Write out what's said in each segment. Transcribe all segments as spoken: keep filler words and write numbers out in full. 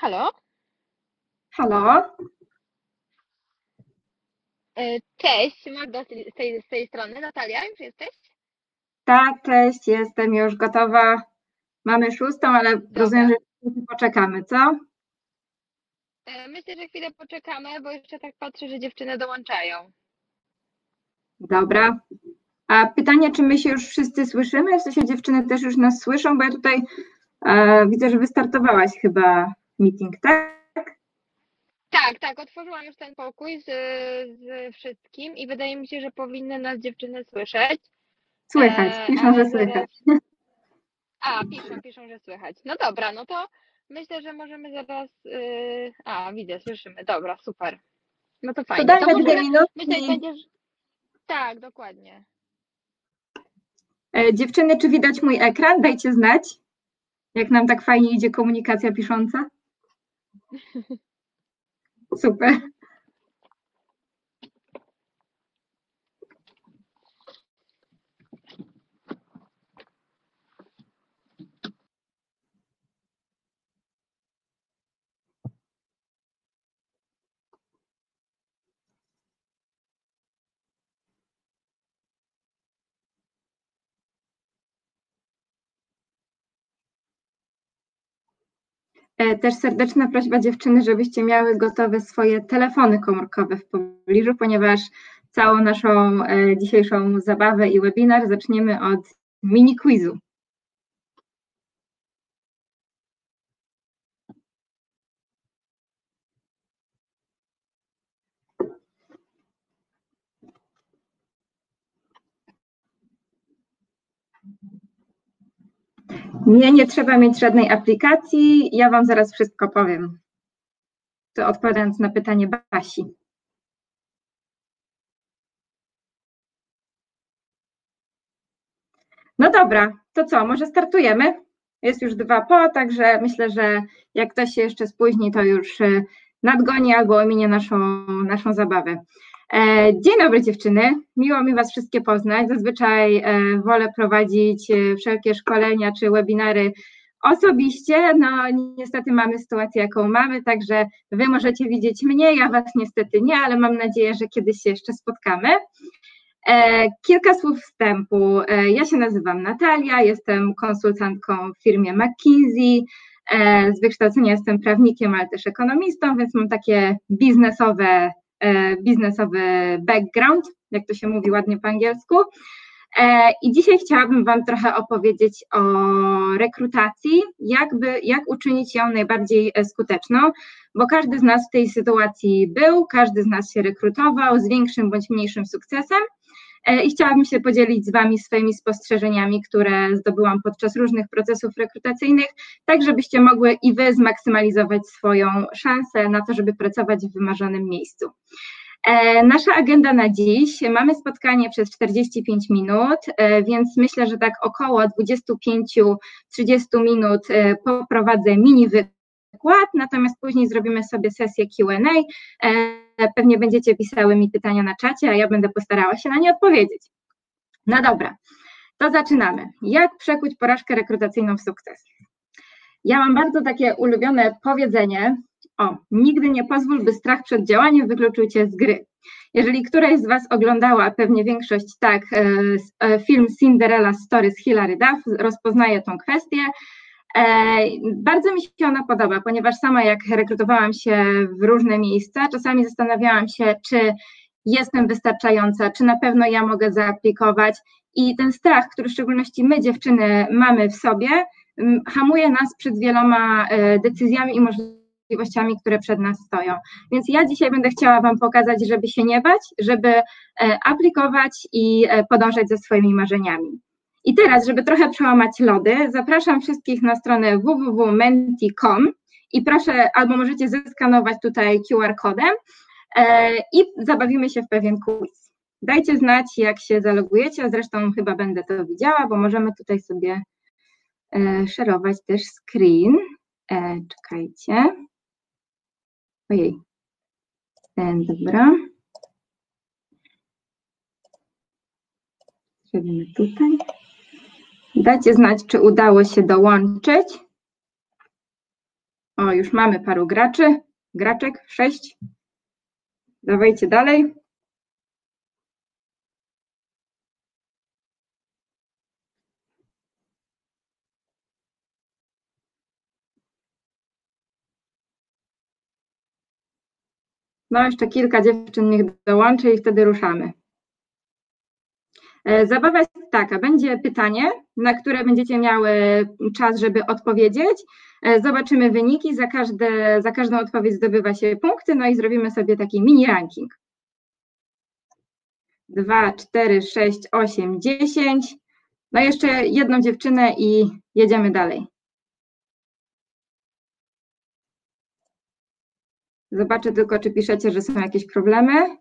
Halo? Halo? E, Cześć, Magda z tej, z tej z tej strony. Natalia, już jesteś? Tak, cześć, jestem już gotowa. Mamy szóstą, ale rozumiem, Dobra. że jeszcze poczekamy, co? E, Myślę, że chwilę poczekamy, bo jeszcze tak patrzę, że dziewczyny dołączają. Dobra. A pytanie, czy my się już wszyscy słyszymy? W sensie dziewczyny też już nas słyszą, bo ja tutaj e, widzę, że wystartowałaś chyba meeting, tak? Tak, tak, otworzyłam już ten pokój z, z wszystkim i wydaje mi się, że powinny nas dziewczyny słyszeć, e, Słychać, piszą, że ale słychać. zaraz... A, piszą, piszą, że słychać. No dobra, no to myślę, że możemy zaraz... y, A, widzę, słyszymy. Dobra, super. No to To fajnie. To dajmy dwie możemy... Myślę, że minutki. będziesz... Tak, dokładnie. E, dziewczyny, czy widać mój ekran? Dajcie znać, jak nam tak fajnie idzie komunikacja pisząca. Super. E, Też serdeczna prośba dziewczyny, żebyście miały gotowe swoje telefony komórkowe w pobliżu, ponieważ całą naszą e, dzisiejszą zabawę i webinar zaczniemy od mini quizu. Nie, nie trzeba mieć żadnej aplikacji, ja Wam zaraz wszystko powiem. To odpowiadając na pytanie Basi. No dobra, to co, może startujemy? Jest już dwa po, także myślę, że jak ktoś się jeszcze spóźni, to już e, nadgoni albo ominie naszą, naszą zabawę. E, Dzień dobry dziewczyny, miło mi Was wszystkie poznać. Zazwyczaj e, wolę prowadzić e, wszelkie szkolenia czy webinary osobiście. No niestety mamy sytuację, jaką mamy, także Wy możecie widzieć mnie, ja Was niestety nie, ale mam nadzieję, że kiedyś się jeszcze spotkamy. E, Kilka słów wstępu. E, Ja się nazywam Natalia, jestem konsultantką w firmie McKinsey. E, Z wykształcenia jestem prawnikiem, ale też ekonomistą, więc mam takie biznesowe, e, biznesowy background, jak to się mówi ładnie po angielsku. E, I dzisiaj chciałabym Wam trochę opowiedzieć o rekrutacji, jakby, jak uczynić ją najbardziej skuteczną, bo każdy z nas w tej sytuacji był, każdy z nas się rekrutował z większym bądź mniejszym sukcesem. I chciałabym się podzielić z Wami swoimi spostrzeżeniami, które zdobyłam podczas różnych procesów rekrutacyjnych, tak żebyście mogły i Wy zmaksymalizować swoją szansę na to, żeby pracować w wymarzonym miejscu. Nasza agenda na dziś, mamy spotkanie przez czterdzieści pięć minut, więc myślę, że tak około dwadzieścia pięć do trzydziestu minut poprowadzę mini wykład, natomiast później zrobimy sobie sesję Q and A. Pewnie będziecie pisały mi pytania na czacie, a ja będę postarała się na nie odpowiedzieć. No dobra, to zaczynamy. Jak przekuć porażkę rekrutacyjną w sukces? Ja mam bardzo takie ulubione powiedzenie: o, nigdy nie pozwól, by strach przed działaniem wykluczył Cię z gry. Jeżeli któraś z Was oglądała, pewnie większość tak, film Cinderella Story z Hilary Duff, rozpoznaje tą kwestię. Bardzo mi się ona podoba, ponieważ sama jak rekrutowałam się w różne miejsca, czasami zastanawiałam się, czy jestem wystarczająca, czy na pewno ja mogę zaaplikować, i ten strach, który w szczególności my dziewczyny mamy w sobie, hamuje nas przed wieloma decyzjami i możliwościami, które przed nas stoją. Więc ja dzisiaj będę chciała Wam pokazać, żeby się nie bać, żeby aplikować i podążać za swoimi marzeniami. I teraz, żeby trochę przełamać lody, zapraszam wszystkich na stronę w w w kropka menti kropka com i proszę, albo możecie zeskanować tutaj Q R kodem i zabawimy się w pewien quiz. Dajcie znać, jak się zalogujecie, zresztą chyba będę to widziała, bo możemy tutaj sobie szerować też screen. Czekajcie. Ojej. Dobra. Zrobimy tutaj. Dajcie znać, czy udało się dołączyć. O, już mamy paru graczy, graczek, sześć. Dawajcie dalej. No, jeszcze kilka dziewczyn niech dołączy i wtedy ruszamy. Zabawa jest taka, będzie pytanie, na które będziecie miały czas, żeby odpowiedzieć. Zobaczymy wyniki, za, każde, za każdą odpowiedź zdobywa się punkty, no i zrobimy sobie taki mini ranking. dwa, cztery, sześć, osiem, dziesięć. No jeszcze jedną dziewczynę i jedziemy dalej. Zobaczę tylko, czy piszecie, że są jakieś problemy.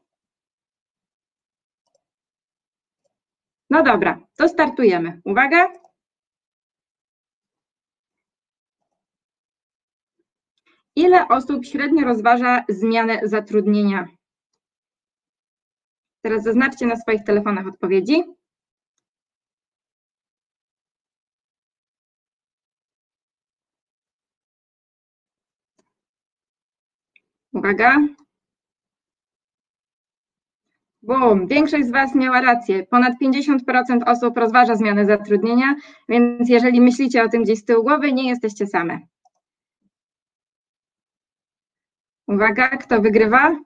No dobra, to startujemy. Uwaga. Ile osób średnio rozważa zmianę zatrudnienia? Teraz zaznaczcie na swoich telefonach odpowiedzi. Uwaga. Bum, większość z Was miała rację. Ponad pięćdziesiąt procent osób rozważa zmianę zatrudnienia, więc jeżeli myślicie o tym gdzieś z tyłu głowy, nie jesteście same. Uwaga, kto wygrywa?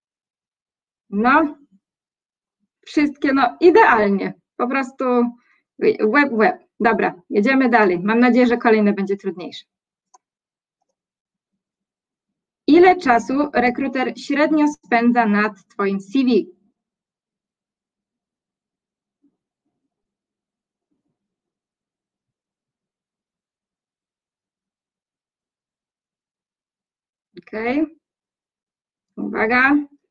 No, wszystkie, no idealnie, po prostu łeb, łeb. Dobra, jedziemy dalej. Mam nadzieję, że kolejne będzie trudniejsze. Ile czasu rekruter średnio spędza nad Twoim C V? Okej. Okay. Uwaga.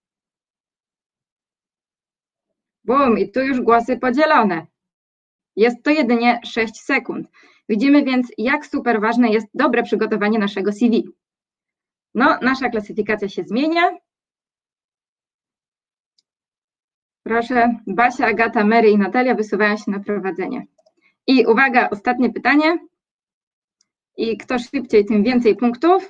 Bum, i tu już głosy podzielone. Jest to jedynie sześć sekund. Widzimy więc, jak super ważne jest dobre przygotowanie naszego C V. No, nasza klasyfikacja się zmienia. Proszę, Basia, Agata, Mary i Natalia wysuwają się na prowadzenie. I uwaga, ostatnie pytanie. I kto szybciej, tym więcej punktów.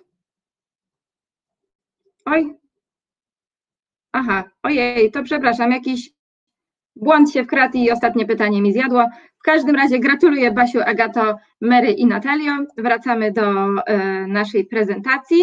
Oj. Aha, ojej, to przepraszam, jakiś błąd się wkradł i ostatnie pytanie mi zjadło. W każdym razie gratuluję Basiu, Agato, Mary i Natalio. Wracamy do e, naszej prezentacji.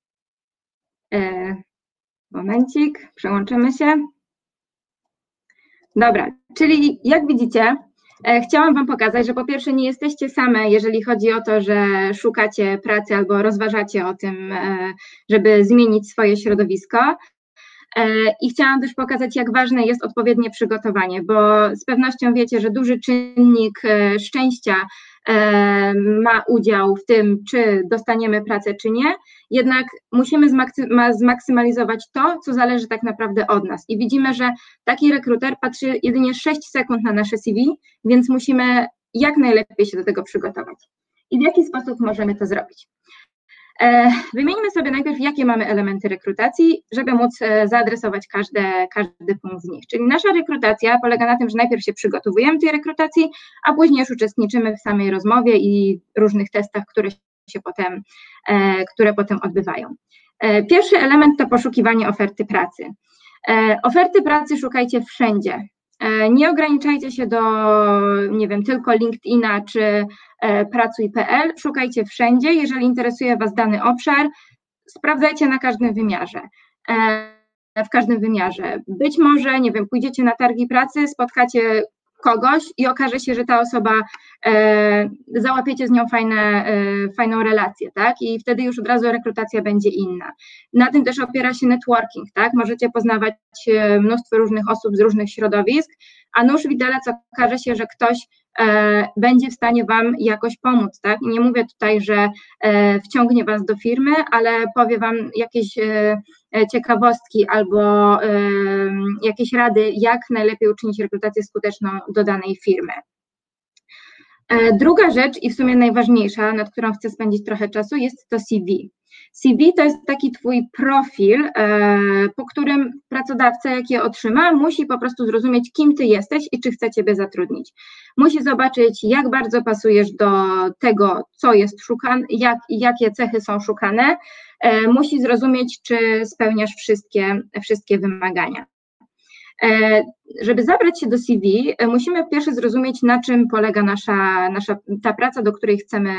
E, momencik, przełączymy się. Dobra, czyli jak widzicie, e, chciałam Wam pokazać, że po pierwsze nie jesteście same, jeżeli chodzi o to, że szukacie pracy albo rozważacie o tym, e, żeby zmienić swoje środowisko. I chciałam też pokazać, jak ważne jest odpowiednie przygotowanie, bo z pewnością wiecie, że duży czynnik szczęścia ma udział w tym, czy dostaniemy pracę, czy nie, jednak musimy zmaksymalizować to, co zależy tak naprawdę od nas. I widzimy, że taki rekruter patrzy jedynie sześć sekund na nasze C V, więc musimy jak najlepiej się do tego przygotować. I w jaki sposób możemy to zrobić? Wymieńmy sobie najpierw, jakie mamy elementy rekrutacji, żeby móc zaadresować każde, każdy punkt z nich. Czyli nasza rekrutacja polega na tym, że najpierw się przygotowujemy do tej rekrutacji, a później już uczestniczymy w samej rozmowie i różnych testach, które się potem, które potem odbywają. Pierwszy element to poszukiwanie oferty pracy. Oferty pracy szukajcie wszędzie. Nie ograniczajcie się do, nie wiem, tylko LinkedIna czy pracuj kropka p l, szukajcie wszędzie, jeżeli interesuje Was dany obszar, sprawdzajcie na każdym wymiarze, w każdym wymiarze. Być może, nie wiem, pójdziecie na targi pracy, spotkacie kogoś i okaże się, że ta osoba, e, załapiecie z nią fajne, e, fajną relację, tak? I wtedy już od razu rekrutacja będzie inna. Na tym też opiera się networking, tak? Możecie poznawać mnóstwo różnych osób z różnych środowisk, a nuż widelec okaże się, że ktoś e, będzie w stanie Wam jakoś pomóc, tak? I nie mówię tutaj, że e, wciągnie Was do firmy, ale powie Wam jakieś e, ciekawostki albo y, jakieś rady, jak najlepiej uczynić rekrutację skuteczną do danej firmy. Druga rzecz i w sumie najważniejsza, nad którą chcę spędzić trochę czasu, jest to C V. C V to jest taki Twój profil, po którym pracodawca, jak je otrzyma, musi po prostu zrozumieć, kim Ty jesteś i czy chce Ciebie zatrudnić. Musi zobaczyć, jak bardzo pasujesz do tego, co jest szukane, jak, jakie cechy są szukane. Musi zrozumieć, czy spełniasz wszystkie, wszystkie wymagania. Żeby zabrać się do C V, musimy pierwsze zrozumieć, na czym polega nasza, nasza ta praca, do której chcemy,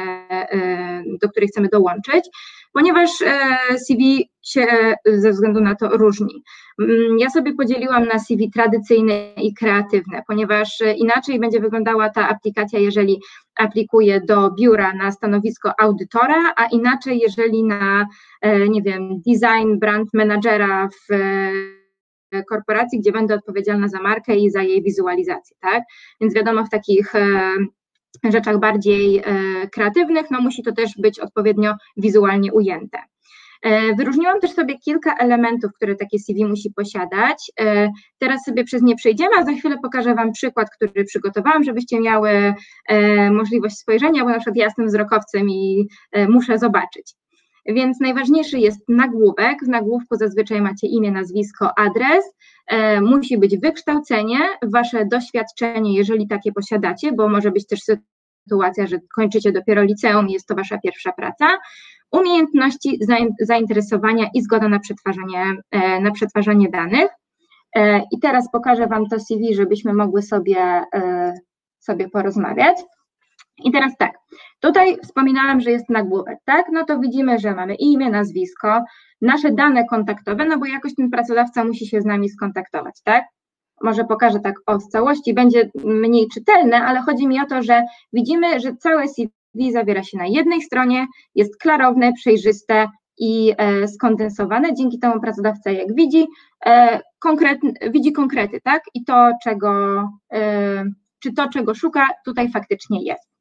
do której chcemy dołączyć, ponieważ C V się ze względu na to różni. Ja sobie podzieliłam na C V tradycyjne i kreatywne, ponieważ inaczej będzie wyglądała ta aplikacja, jeżeli aplikuję do biura na stanowisko audytora, a inaczej, jeżeli na, nie wiem, design brand managera w korporacji, gdzie będę odpowiedzialna za markę i za jej wizualizację, tak? Więc wiadomo, w takich rzeczach bardziej kreatywnych, no musi to też być odpowiednio wizualnie ujęte. Wyróżniłam też sobie kilka elementów, które takie C V musi posiadać. Teraz sobie przez nie przejdziemy, a za chwilę pokażę Wam przykład, który przygotowałam, żebyście miały możliwość spojrzenia, bo na przykład ja jestem wzrokowcem i muszę zobaczyć. Więc najważniejszy jest nagłówek. W nagłówku zazwyczaj macie imię, nazwisko, adres. E, musi być wykształcenie, Wasze doświadczenie, jeżeli takie posiadacie, bo może być też sytuacja, że kończycie dopiero liceum i jest to Wasza pierwsza praca. Umiejętności, zainteresowania i zgoda na przetwarzanie, e, na przetwarzanie danych. E, I teraz pokażę Wam to C V, żebyśmy mogły sobie, e, sobie porozmawiać. I teraz tak, tutaj wspominałam, że jest nagłówek, tak? No to widzimy, że mamy imię, nazwisko, nasze dane kontaktowe, no bo jakoś ten pracodawca musi się z nami skontaktować, tak? Może pokażę tak o z całości, będzie mniej czytelne, ale chodzi mi o to, że widzimy, że całe C V zawiera się na jednej stronie, jest klarowne, przejrzyste i e, skondensowane, dzięki temu pracodawca, jak widzi, e, konkret, widzi konkrety, tak? I to, czego, e, czy to, czego szuka, tutaj faktycznie jest.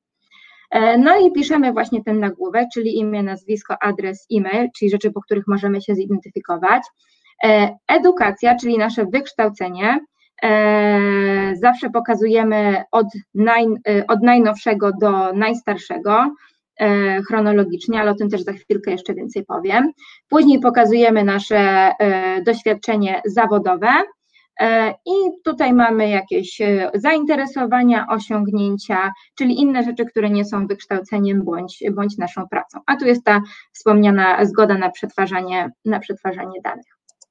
No i piszemy właśnie ten nagłówek, czyli imię, nazwisko, adres, e-mail, czyli rzeczy, po których możemy się zidentyfikować. Edukacja, czyli nasze wykształcenie. Zawsze pokazujemy od, naj, od najnowszego do najstarszego chronologicznie, ale o tym też za chwilkę jeszcze więcej powiem. Później pokazujemy nasze doświadczenie zawodowe. I tutaj mamy jakieś zainteresowania, osiągnięcia, czyli inne rzeczy, które nie są wykształceniem bądź, bądź naszą pracą. A tu jest ta wspomniana zgoda na przetwarzanie, na przetwarzanie danych.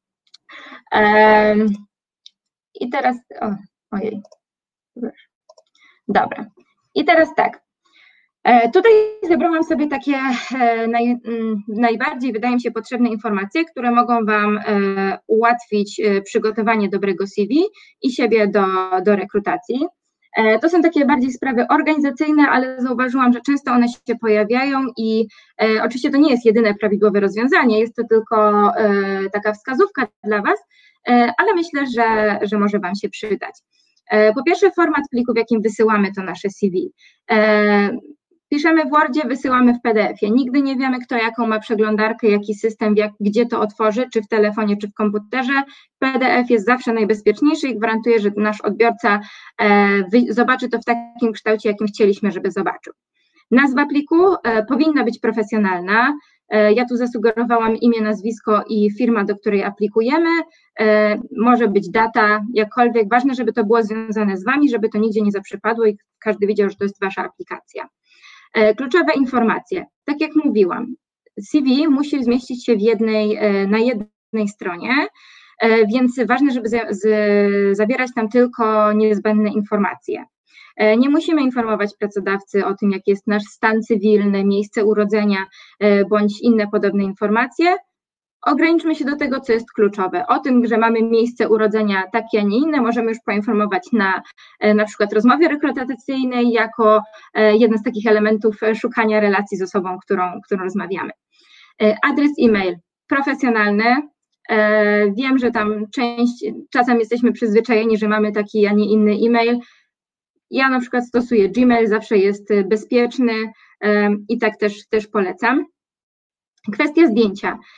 I teraz, o, ojej, dobra. I teraz tak. Tutaj zebrałam sobie takie naj, najbardziej, wydaje mi się, potrzebne informacje, które mogą Wam ułatwić przygotowanie dobrego C V i siebie do, do rekrutacji. To są takie bardziej sprawy organizacyjne, ale zauważyłam, że często one się pojawiają i oczywiście to nie jest jedyne prawidłowe rozwiązanie, jest to tylko taka wskazówka dla Was, ale myślę, że, że może Wam się przydać. Po pierwsze, format pliku, w jakim wysyłamy to nasze C V. Piszemy w Wordzie, wysyłamy w P D F ie. Nigdy nie wiemy, kto jaką ma przeglądarkę, jaki system, jak, gdzie to otworzy, czy w telefonie, czy w komputerze. P D F jest zawsze najbezpieczniejszy i gwarantuję, że nasz odbiorca e, wy, zobaczy to w takim kształcie, jakim chcieliśmy, żeby zobaczył. Nazwa pliku e, powinna być profesjonalna. E, ja tu zasugerowałam imię, nazwisko i firma, do której aplikujemy. E, może być data, jakkolwiek. Ważne, żeby to było związane z Wami, żeby to nigdzie nie zaprzepadło i każdy wiedział, że to jest Wasza aplikacja. Kluczowe informacje. Tak jak mówiłam, C V musi zmieścić się w jednej, na jednej stronie, więc ważne, żeby z, z, zawierać tam tylko niezbędne informacje. Nie musimy informować pracodawcy o tym, jaki jest nasz stan cywilny, miejsce urodzenia bądź inne podobne informacje. Ograniczmy się do tego, co jest kluczowe. O tym, że mamy miejsce urodzenia takie, a nie inne, możemy już poinformować na na przykład rozmowie rekrutacyjnej jako jeden z takich elementów szukania relacji z osobą, którą, którą rozmawiamy. Adres e-mail profesjonalny. Wiem, że tam część, czasem jesteśmy przyzwyczajeni, że mamy taki, a nie inny e-mail. Ja na przykład stosuję Gmail, zawsze jest bezpieczny i tak też, też polecam. Kwestia zdjęcia.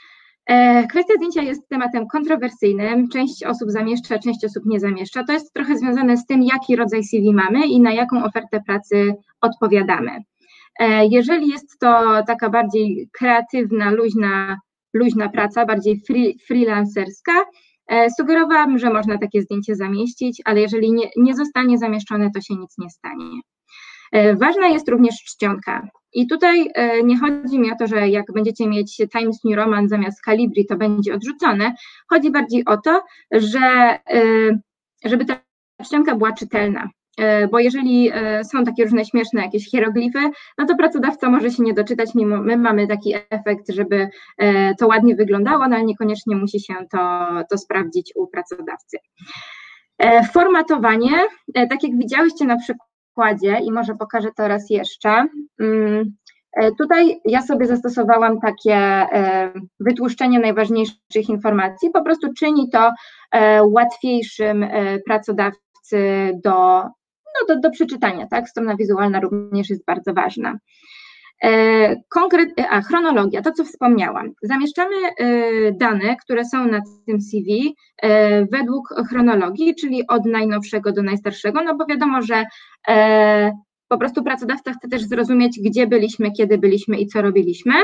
Kwestia zdjęcia jest tematem kontrowersyjnym. Część osób zamieszcza, część osób nie zamieszcza. To jest trochę związane z tym, jaki rodzaj C V mamy i na jaką ofertę pracy odpowiadamy. Jeżeli jest to taka bardziej kreatywna, luźna, luźna praca, bardziej free, freelancerska, sugerowałabym, że można takie zdjęcie zamieścić, ale jeżeli nie, nie zostanie zamieszczone, to się nic nie stanie. Ważna jest również czcionka. I tutaj nie chodzi mi o to, że jak będziecie mieć Times New Roman zamiast Calibri, to będzie odrzucone. Chodzi bardziej o to, że żeby ta czcionka była czytelna. Bo jeżeli są takie różne śmieszne jakieś hieroglify, no to pracodawca może się nie doczytać, mimo my mamy taki efekt, żeby to ładnie wyglądało, no ale niekoniecznie musi się to, to sprawdzić u pracodawcy. Formatowanie, tak jak widziałyście na przykładzie i może pokażę to raz jeszcze, tutaj ja sobie zastosowałam takie wytłuszczenie najważniejszych informacji, po prostu czyni to łatwiejszym pracodawcy do, no do, do przeczytania, tak? Strona wizualna również jest bardzo ważna. Konkret, a chronologia, to co wspomniałam. Zamieszczamy dane, które są na tym C V według chronologii, czyli od najnowszego do najstarszego, no bo wiadomo, że po prostu pracodawca chce też zrozumieć, gdzie byliśmy, kiedy byliśmy i co robiliśmy.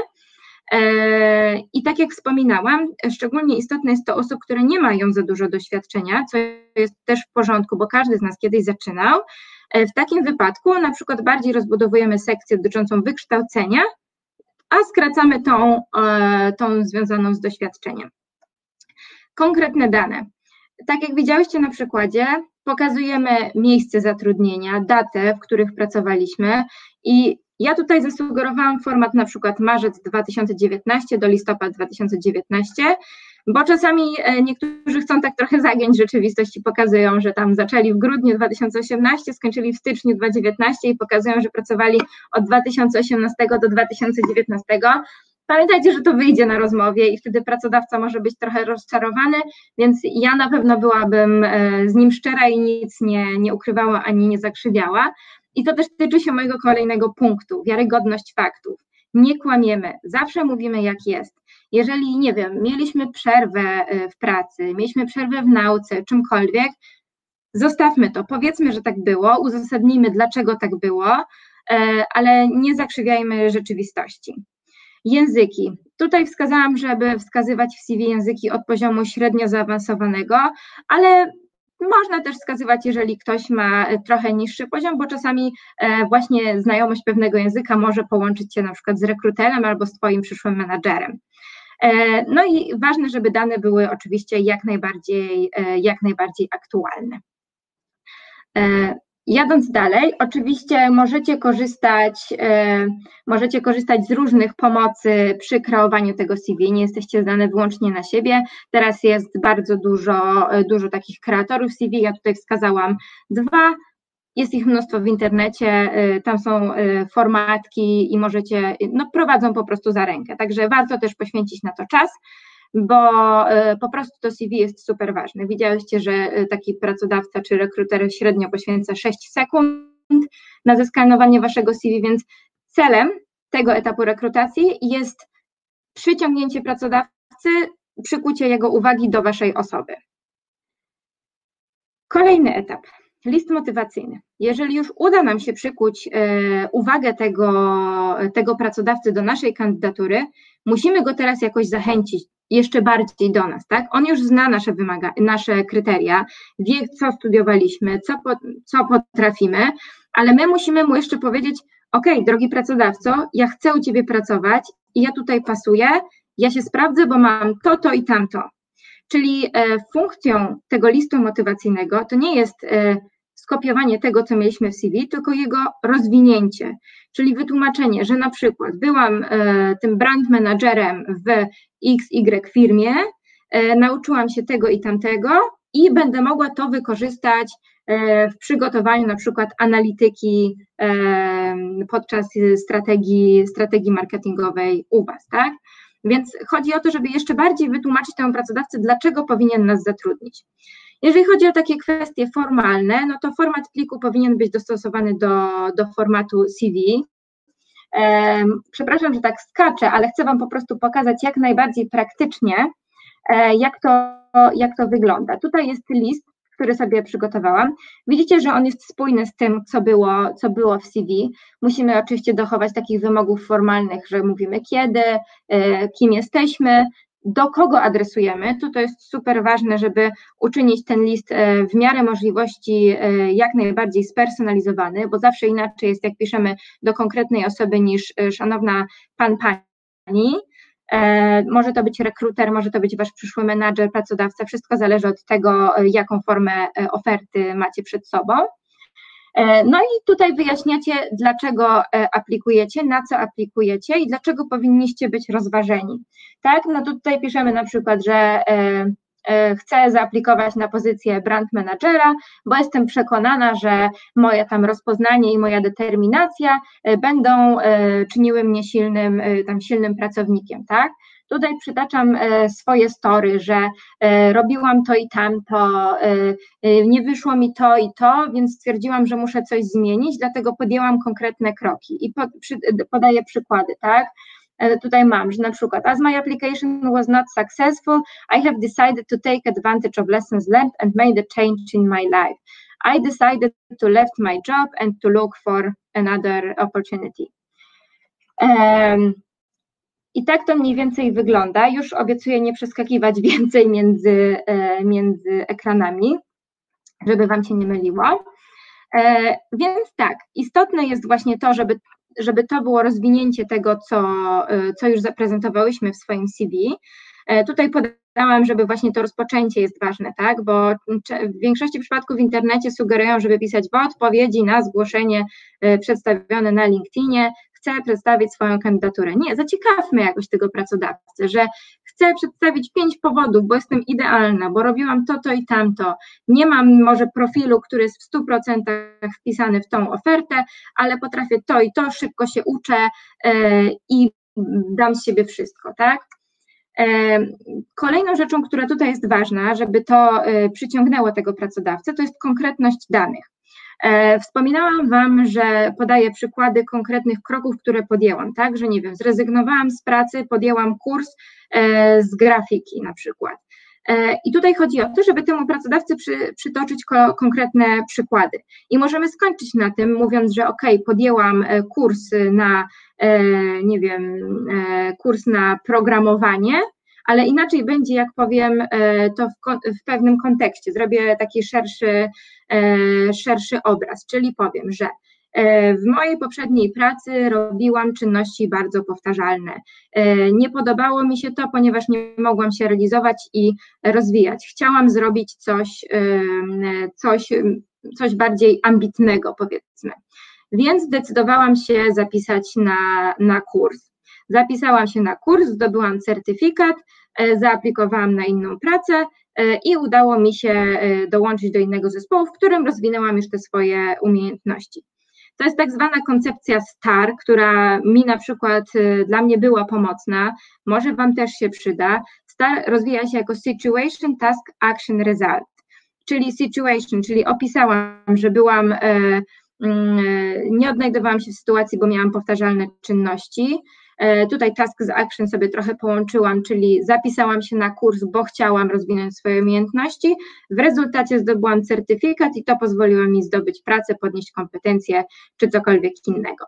I tak jak wspominałam, szczególnie istotne jest to osób, które nie mają za dużo doświadczenia, co jest też w porządku, bo każdy z nas kiedyś zaczynał. W takim wypadku na przykład bardziej rozbudowujemy sekcję dotyczącą wykształcenia, a skracamy tą, tą związaną z doświadczeniem. Konkretne dane. Tak jak widziałyście na przykładzie, pokazujemy miejsce zatrudnienia, datę, w których pracowaliśmy i ja tutaj zasugerowałam format na przykład marzec dwa tysiące dziewiętnasty do listopad dwa tysiące dziewiętnasty, bo czasami niektórzy chcą tak trochę zagiąć rzeczywistość i pokazują, że tam zaczęli w grudniu dwa tysiące osiemnastego, skończyli w styczniu dwa tysiące dziewiętnastego i pokazują, że pracowali od dwa tysiące osiemnastego do dwa tysiące dziewiętnastego. Pamiętajcie, że to wyjdzie na rozmowie i wtedy pracodawca może być trochę rozczarowany, więc ja na pewno byłabym z nim szczera i nic nie, nie ukrywała ani nie zakrzywiała. I to też tyczy się mojego kolejnego punktu, wiarygodność faktów. Nie kłamiemy, zawsze mówimy jak jest. Jeżeli, nie wiem, mieliśmy przerwę w pracy, mieliśmy przerwę w nauce, czymkolwiek, zostawmy to, powiedzmy, że tak było, uzasadnijmy, dlaczego tak było, ale nie zakrzywiajmy rzeczywistości. Języki. Tutaj wskazałam, żeby wskazywać w C V języki od poziomu średnio zaawansowanego, ale można też wskazywać, jeżeli ktoś ma trochę niższy poziom, bo czasami właśnie znajomość pewnego języka może połączyć Cię na przykład z rekruterem albo z Twoim przyszłym menadżerem. No i ważne, żeby dane były oczywiście jak najbardziej, jak najbardziej aktualne. Jadąc dalej, oczywiście możecie korzystać, możecie korzystać z różnych pomocy przy kreowaniu tego C V, nie jesteście zdane wyłącznie na siebie. Teraz jest bardzo dużo, dużo takich kreatorów C V, ja tutaj wskazałam dwa, jest ich mnóstwo w internecie, tam są formatki i możecie, no prowadzą po prostu za rękę, także warto też poświęcić na to czas, bo po prostu to C V jest super ważne. Widziałyście, że taki pracodawca czy rekruter średnio poświęca sześć sekund na zeskanowanie waszego C V, więc celem tego etapu rekrutacji jest przyciągnięcie pracodawcy, przykucie jego uwagi do waszej osoby. Kolejny etap. List motywacyjny. Jeżeli już uda nam się przykuć uwagę tego, tego pracodawcy do naszej kandydatury, musimy go teraz jakoś zachęcić jeszcze bardziej do nas, tak? On już zna nasze wymaga, nasze kryteria, wie, co studiowaliśmy, co, po, co potrafimy, ale my musimy mu jeszcze powiedzieć, ok, drogi pracodawco, ja chcę u Ciebie pracować i ja tutaj pasuję, ja się sprawdzę, bo mam to, to i tamto. Czyli funkcją tego listu motywacyjnego to nie jest skopiowanie tego, co mieliśmy w C V, tylko jego rozwinięcie, czyli wytłumaczenie, że na przykład byłam tym brand managerem w X Y firmie, nauczyłam się tego i tamtego i będę mogła to wykorzystać w przygotowaniu na przykład analityki podczas strategii, strategii marketingowej u Was, tak? Więc chodzi o to, żeby jeszcze bardziej wytłumaczyć temu pracodawcy, dlaczego powinien nas zatrudnić. Jeżeli chodzi o takie kwestie formalne, no to format pliku powinien być dostosowany do, do formatu C V. Przepraszam, że tak skaczę, ale chcę Wam po prostu pokazać jak najbardziej praktycznie, jak to, jak to wygląda. Tutaj jest list, który sobie przygotowałam. Widzicie, że on jest spójny z tym, co było, co było w C V. Musimy oczywiście dochować takich wymogów formalnych, że mówimy kiedy, kim jesteśmy, do kogo adresujemy. Tu to jest super ważne, żeby uczynić ten list w miarę możliwości jak najbardziej spersonalizowany, bo zawsze inaczej jest, jak piszemy do konkretnej osoby niż szanowna pan, pani. Może to być rekruter, może to być Wasz przyszły menadżer, pracodawca, wszystko zależy od tego, jaką formę oferty macie przed sobą. No i tutaj wyjaśniacie, dlaczego aplikujecie, na co aplikujecie i dlaczego powinniście być rozważeni. Tak, no tutaj piszemy na przykład, że chcę zaaplikować na pozycję brand managera, bo jestem przekonana, że moje tam rozpoznanie i moja determinacja będą czyniły mnie silnym, tam silnym pracownikiem, tak? Tutaj przytaczam swoje story, że robiłam to i tamto, nie wyszło mi to i to, więc stwierdziłam, że muszę coś zmienić, dlatego podjęłam konkretne kroki i podaję przykłady, tak? Tutaj mam, że na przykład as my application was not successful, I have decided to take advantage of lessons learned and made a change in my life. I decided to left my job and to look for another opportunity. Um, I tak to mniej więcej wygląda. Już obiecuję nie przeskakiwać więcej między, między ekranami, żeby Wam się nie myliło. Więc tak, istotne jest właśnie to, żeby żeby to było rozwinięcie tego, co, co już zaprezentowałyśmy w swoim C V. Tutaj podałam, żeby właśnie to rozpoczęcie jest ważne, tak, bo w większości przypadków w internecie sugerują, żeby pisać w odpowiedzi na zgłoszenie przedstawione na LinkedInie, chcę przedstawić swoją kandydaturę. Nie, zaciekawmy jakoś tego pracodawcę, że chcę przedstawić pięć powodów, bo jestem idealna, bo robiłam to, to i tamto. Nie mam może profilu, który jest w stu procentach wpisany w tą ofertę, ale potrafię to i to, szybko się uczę i dam z siebie wszystko, tak? Kolejną rzeczą, która tutaj jest ważna, żeby to przyciągnęło tego pracodawcę, to jest konkretność danych. Wspominałam Wam, że podaję przykłady konkretnych kroków, które podjęłam, tak, że nie wiem, zrezygnowałam z pracy, podjęłam kurs z grafiki na przykład. I tutaj chodzi o to, żeby temu pracodawcy przy, przytoczyć ko, konkretne przykłady. I możemy skończyć na tym, mówiąc, że ok, podjęłam kurs na, nie wiem, kurs na programowanie, ale inaczej będzie, jak powiem to w, w pewnym kontekście, zrobię taki szerszy, szerszy obraz, czyli powiem, że w mojej poprzedniej pracy robiłam czynności bardzo powtarzalne. Nie podobało mi się to, ponieważ nie mogłam się realizować i rozwijać. Chciałam zrobić coś, coś, coś bardziej ambitnego, powiedzmy. Więc zdecydowałam się zapisać na, na kurs. Zapisałam się na kurs, zdobyłam certyfikat, zaaplikowałam na inną pracę i udało mi się dołączyć do innego zespołu, w którym rozwinęłam już te swoje umiejętności. To jest tak zwana koncepcja STAR, która mi na przykład, dla mnie była pomocna, może Wam też się przyda. STAR rozwija się jako Situation, Task, Action, Result, czyli Situation, czyli opisałam, że byłam, nie odnajdowałam się w sytuacji, bo miałam powtarzalne czynności. Tutaj task z action sobie trochę połączyłam, czyli zapisałam się na kurs, bo chciałam rozwinąć swoje umiejętności. W rezultacie zdobyłam certyfikat i to pozwoliło mi zdobyć pracę, podnieść kompetencje czy cokolwiek innego.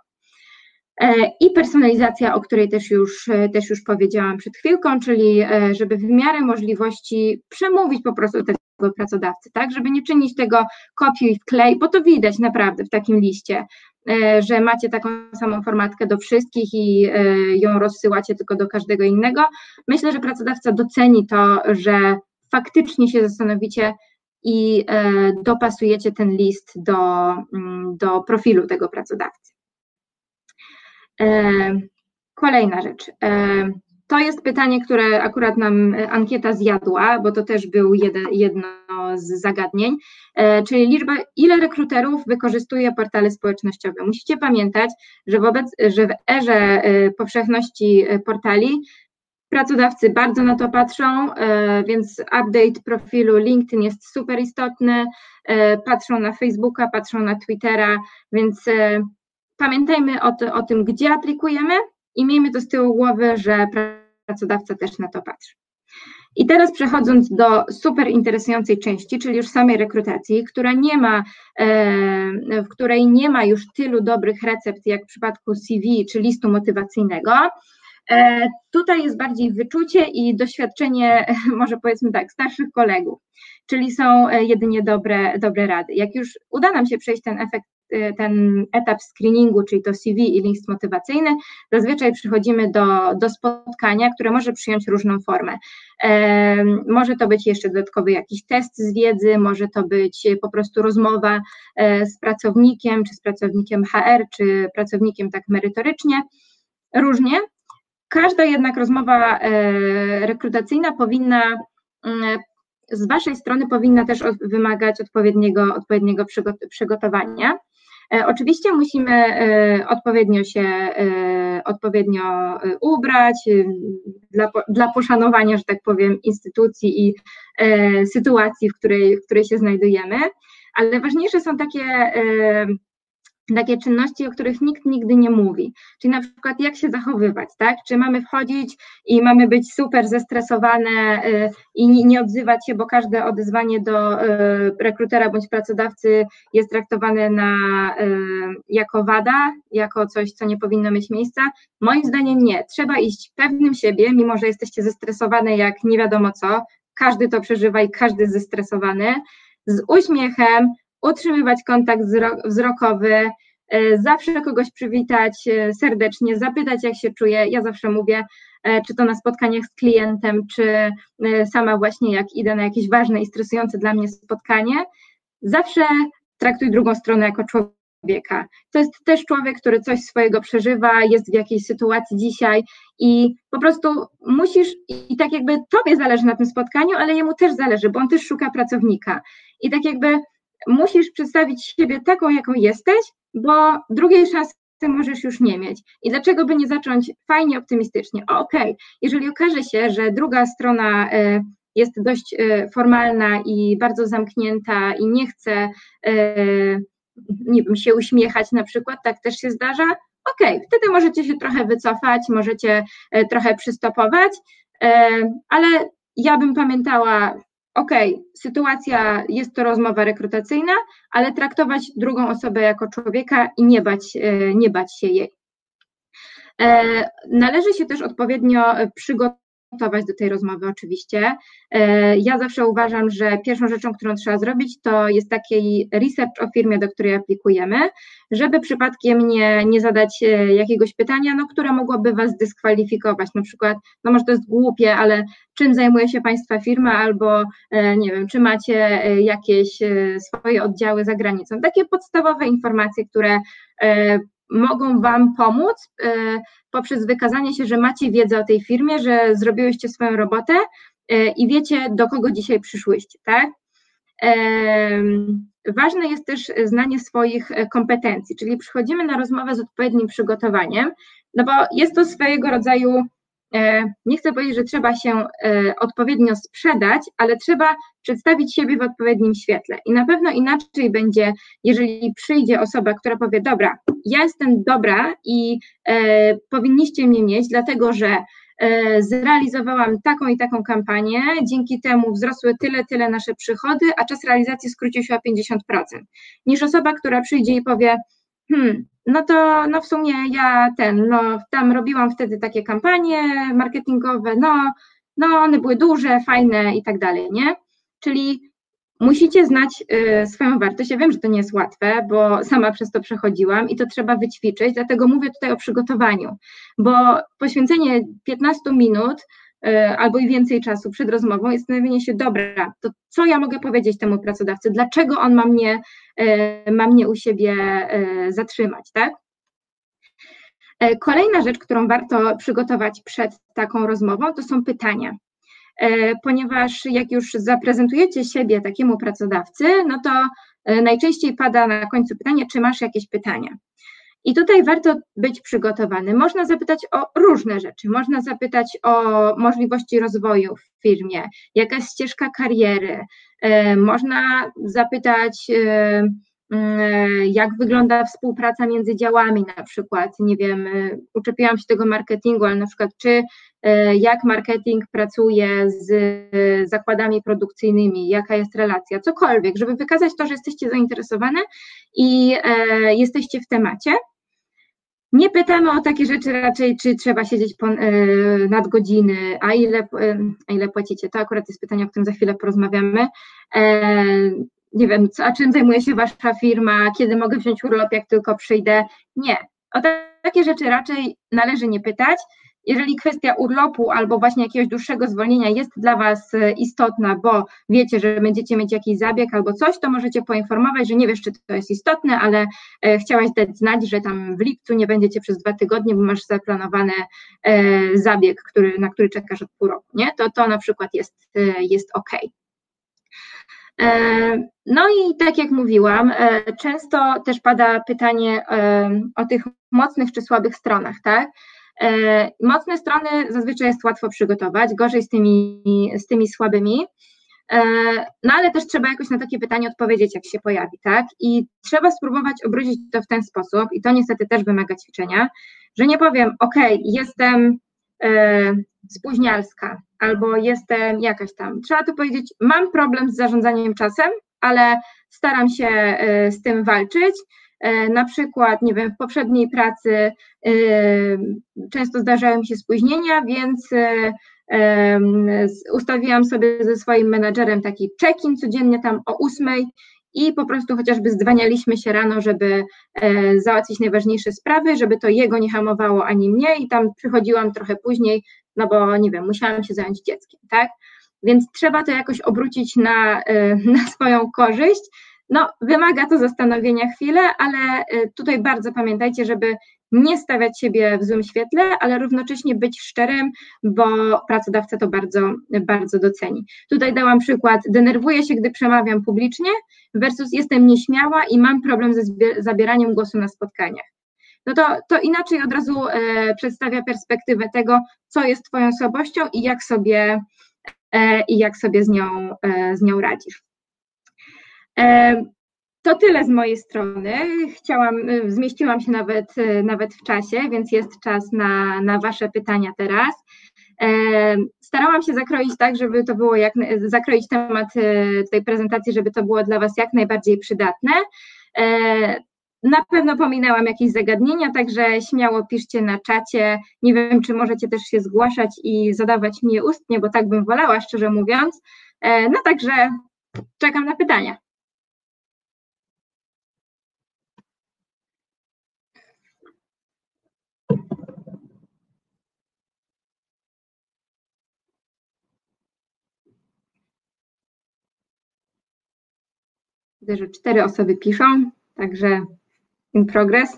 I personalizacja, o której też już, też już powiedziałam przed chwilką, czyli żeby w miarę możliwości przemówić po prostu tego pracodawcy, tak, żeby nie czynić tego kopiuj i wklej, bo to widać naprawdę w takim liście, że macie taką samą formatkę do wszystkich i ją rozsyłacie tylko do każdego innego. Myślę, że pracodawca doceni to, że faktycznie się zastanowicie i dopasujecie ten list do, do profilu tego pracodawcy. Kolejna rzecz. To jest pytanie, które akurat nam ankieta zjadła, bo to też był jeden, jedno z zagadnień, czyli liczba, ile rekruterów wykorzystuje portale społecznościowe. Musicie pamiętać, że, wobec, że w erze powszechności portali pracodawcy bardzo na to patrzą, więc update profilu LinkedIn jest super istotny, patrzą na Facebooka, patrzą na Twittera, więc pamiętajmy o, to, o tym, gdzie aplikujemy i miejmy to z tyłu głowy, że pracodawca też na to patrzy. I teraz przechodząc do super interesującej części, czyli już samej rekrutacji, która nie ma, w której nie ma już tylu dobrych recept jak w przypadku C V czy listu motywacyjnego. Tutaj jest bardziej wyczucie i doświadczenie, może powiedzmy tak, starszych kolegów, czyli są jedynie dobre, dobre rady. Jak już uda nam się przejść ten efekt, ten etap screeningu, czyli to C V i list motywacyjny, zazwyczaj przychodzimy do, do spotkania, które może przyjąć różną formę. E, może to być jeszcze dodatkowy jakiś test z wiedzy, może to być po prostu rozmowa e, z pracownikiem, czy z pracownikiem H R, czy pracownikiem tak merytorycznie, różnie. Każda jednak rozmowa e, rekrutacyjna powinna z Waszej strony powinna też wymagać odpowiedniego, odpowiedniego przygotowania. Oczywiście musimy odpowiednio się odpowiednio ubrać dla, dla poszanowania, że tak powiem, instytucji i sytuacji, w której, w której się znajdujemy, ale ważniejsze są takie takie czynności, o których nikt nigdy nie mówi, czyli na przykład jak się zachowywać, tak? Czy mamy wchodzić i mamy być super zestresowane i nie odzywać się, bo każde odezwanie do rekrutera bądź pracodawcy jest traktowane na, jako wada, jako coś, co nie powinno mieć miejsca? Moim zdaniem nie. Trzeba iść pewnym siebie, mimo że jesteście zestresowane jak nie wiadomo co, każdy to przeżywa i każdy jest zestresowany, z uśmiechem, utrzymywać kontakt wzrokowy, zawsze kogoś przywitać serdecznie, zapytać jak się czuje. Ja zawsze mówię, czy to na spotkaniach z klientem, czy sama właśnie jak idę na jakieś ważne i stresujące dla mnie spotkanie, zawsze traktuj drugą stronę jako człowieka. To jest też człowiek, który coś swojego przeżywa, jest w jakiejś sytuacji dzisiaj i po prostu musisz, i tak jakby tobie zależy na tym spotkaniu, ale jemu też zależy, bo on też szuka pracownika. I tak jakby musisz przedstawić siebie taką, jaką jesteś, bo drugiej szansy możesz już nie mieć. I dlaczego by nie zacząć fajnie, optymistycznie? O, okej, okay. Jeżeli okaże się, że druga strona jest dość formalna i bardzo zamknięta i nie chce, nie wiem, się uśmiechać na przykład, tak też się zdarza, okej, okay. Wtedy możecie się trochę wycofać, możecie trochę przystopować, ale ja bym pamiętała, okej, okay, sytuacja, jest to rozmowa rekrutacyjna, ale traktować drugą osobę jako człowieka i nie bać, nie bać się jej. Należy się też odpowiednio przygotować do tej rozmowy oczywiście. Ja zawsze uważam, że pierwszą rzeczą, którą trzeba zrobić, to jest taki research o firmie, do której aplikujemy, żeby przypadkiem nie, nie zadać jakiegoś pytania, no, które mogłoby Was dyskwalifikować, na przykład, no może to jest głupie, ale czym zajmuje się Państwa firma, albo nie wiem, czy macie jakieś swoje oddziały za granicą. Takie podstawowe informacje, które mogą Wam pomóc poprzez wykazanie się, że macie wiedzę o tej firmie, że zrobiłyście swoją robotę i wiecie, do kogo dzisiaj przyszłyście, tak? Ważne jest też znanie swoich kompetencji, czyli przychodzimy na rozmowę z odpowiednim przygotowaniem, no bo jest to swojego rodzaju, nie chcę powiedzieć, że trzeba się odpowiednio sprzedać, ale trzeba przedstawić siebie w odpowiednim świetle i na pewno inaczej będzie, jeżeli przyjdzie osoba, która powie, dobra, ja jestem dobra i e, powinniście mnie mieć, dlatego że e, zrealizowałam taką i taką kampanię, dzięki temu wzrosły tyle, tyle nasze przychody, a czas realizacji skrócił się o pięćdziesiąt procent, niż osoba, która przyjdzie i powie, hmm, no to no w sumie ja ten, no tam robiłam wtedy takie kampanie marketingowe, no, no one były duże, fajne i tak dalej, nie? Czyli musicie znać y, swoją wartość. Ja wiem, że to nie jest łatwe, bo sama przez to przechodziłam i to trzeba wyćwiczyć, dlatego mówię tutaj o przygotowaniu, bo poświęcenie piętnaście minut y, albo i więcej czasu przed rozmową jest zastanowienie się, dobra, to co ja mogę powiedzieć temu pracodawcy, dlaczego on ma mnie, y, ma mnie u siebie y, zatrzymać, tak? Kolejna rzecz, którą warto przygotować przed taką rozmową, to są pytania. Ponieważ jak już zaprezentujecie siebie takiemu pracodawcy, no to najczęściej pada na końcu pytanie, czy masz jakieś pytania. I tutaj warto być przygotowany. Można zapytać o różne rzeczy, można zapytać o możliwości rozwoju w firmie, jaka jest ścieżka kariery, można zapytać jak wygląda współpraca między działami na przykład, nie wiem, uczepiłam się tego marketingu, ale na przykład czy jak marketing pracuje z zakładami produkcyjnymi, jaka jest relacja, cokolwiek, żeby wykazać to, że jesteście zainteresowane i jesteście w temacie. Nie pytamy o takie rzeczy raczej, czy trzeba siedzieć po, yy, nadgodziny, a ile, yy, a ile płacicie. To akurat jest pytanie, o którym za chwilę porozmawiamy. Yy, nie wiem, co, a czym zajmuje się wasza firma, kiedy mogę wziąć urlop, jak tylko przyjdę. Nie. O takie rzeczy raczej należy nie pytać. Jeżeli kwestia urlopu albo właśnie jakiegoś dłuższego zwolnienia jest dla was istotna, bo wiecie, że będziecie mieć jakiś zabieg albo coś, to możecie poinformować, że nie wiesz, czy to jest istotne, ale chciałaś dać znać, że tam w lipcu nie będziecie przez dwa tygodnie, bo masz zaplanowany zabieg, który, na który czekasz od pół roku, nie? To, to na przykład jest, jest ok. No i tak jak mówiłam, często też pada pytanie o tych mocnych czy słabych stronach, tak? Mocne strony zazwyczaj jest łatwo przygotować, gorzej z tymi, z tymi słabymi, no ale też trzeba jakoś na takie pytanie odpowiedzieć, jak się pojawi, tak? I trzeba spróbować obrócić to w ten sposób, i to niestety też wymaga ćwiczenia, że nie powiem, ok, jestem e, spóźnialska, albo jestem jakaś tam. Trzeba to powiedzieć, mam problem z zarządzaniem czasem, ale staram się e, z tym walczyć. Na przykład, nie wiem, w poprzedniej pracy często zdarzały mi się spóźnienia, więc ustawiłam sobie ze swoim menadżerem taki check-in codziennie tam o ósmej i po prostu chociażby zdzwanialiśmy się rano, żeby załatwić najważniejsze sprawy, żeby to jego nie hamowało ani mnie i tam przychodziłam trochę później, no bo nie wiem, musiałam się zająć dzieckiem, tak? Więc trzeba to jakoś obrócić na, na swoją korzyść. No, wymaga to zastanowienia chwilę, ale tutaj bardzo pamiętajcie, żeby nie stawiać siebie w złym świetle, ale równocześnie być szczerym, bo pracodawca to bardzo, bardzo doceni. Tutaj dałam przykład, denerwuję się, gdy przemawiam publicznie versus jestem nieśmiała i mam problem ze zabieraniem głosu na spotkaniach. No to, to inaczej od razu e, przedstawia perspektywę tego, co jest twoją słabością i jak sobie, e, i jak sobie z nią, e, z nią radzisz. To tyle z mojej strony. Chciałam, zmieściłam się nawet, nawet w czasie, więc jest czas na, na wasze pytania teraz. Starałam się zakroić tak, żeby to było jak, zakroić temat tej prezentacji, żeby to było dla was jak najbardziej przydatne. Na pewno pominęłam jakieś zagadnienia, także śmiało piszcie na czacie. Nie wiem, czy możecie też się zgłaszać i zadawać mi je ustnie, bo tak bym wolała, szczerze mówiąc. No także czekam na pytania. Widzę, że cztery osoby piszą, także in progress.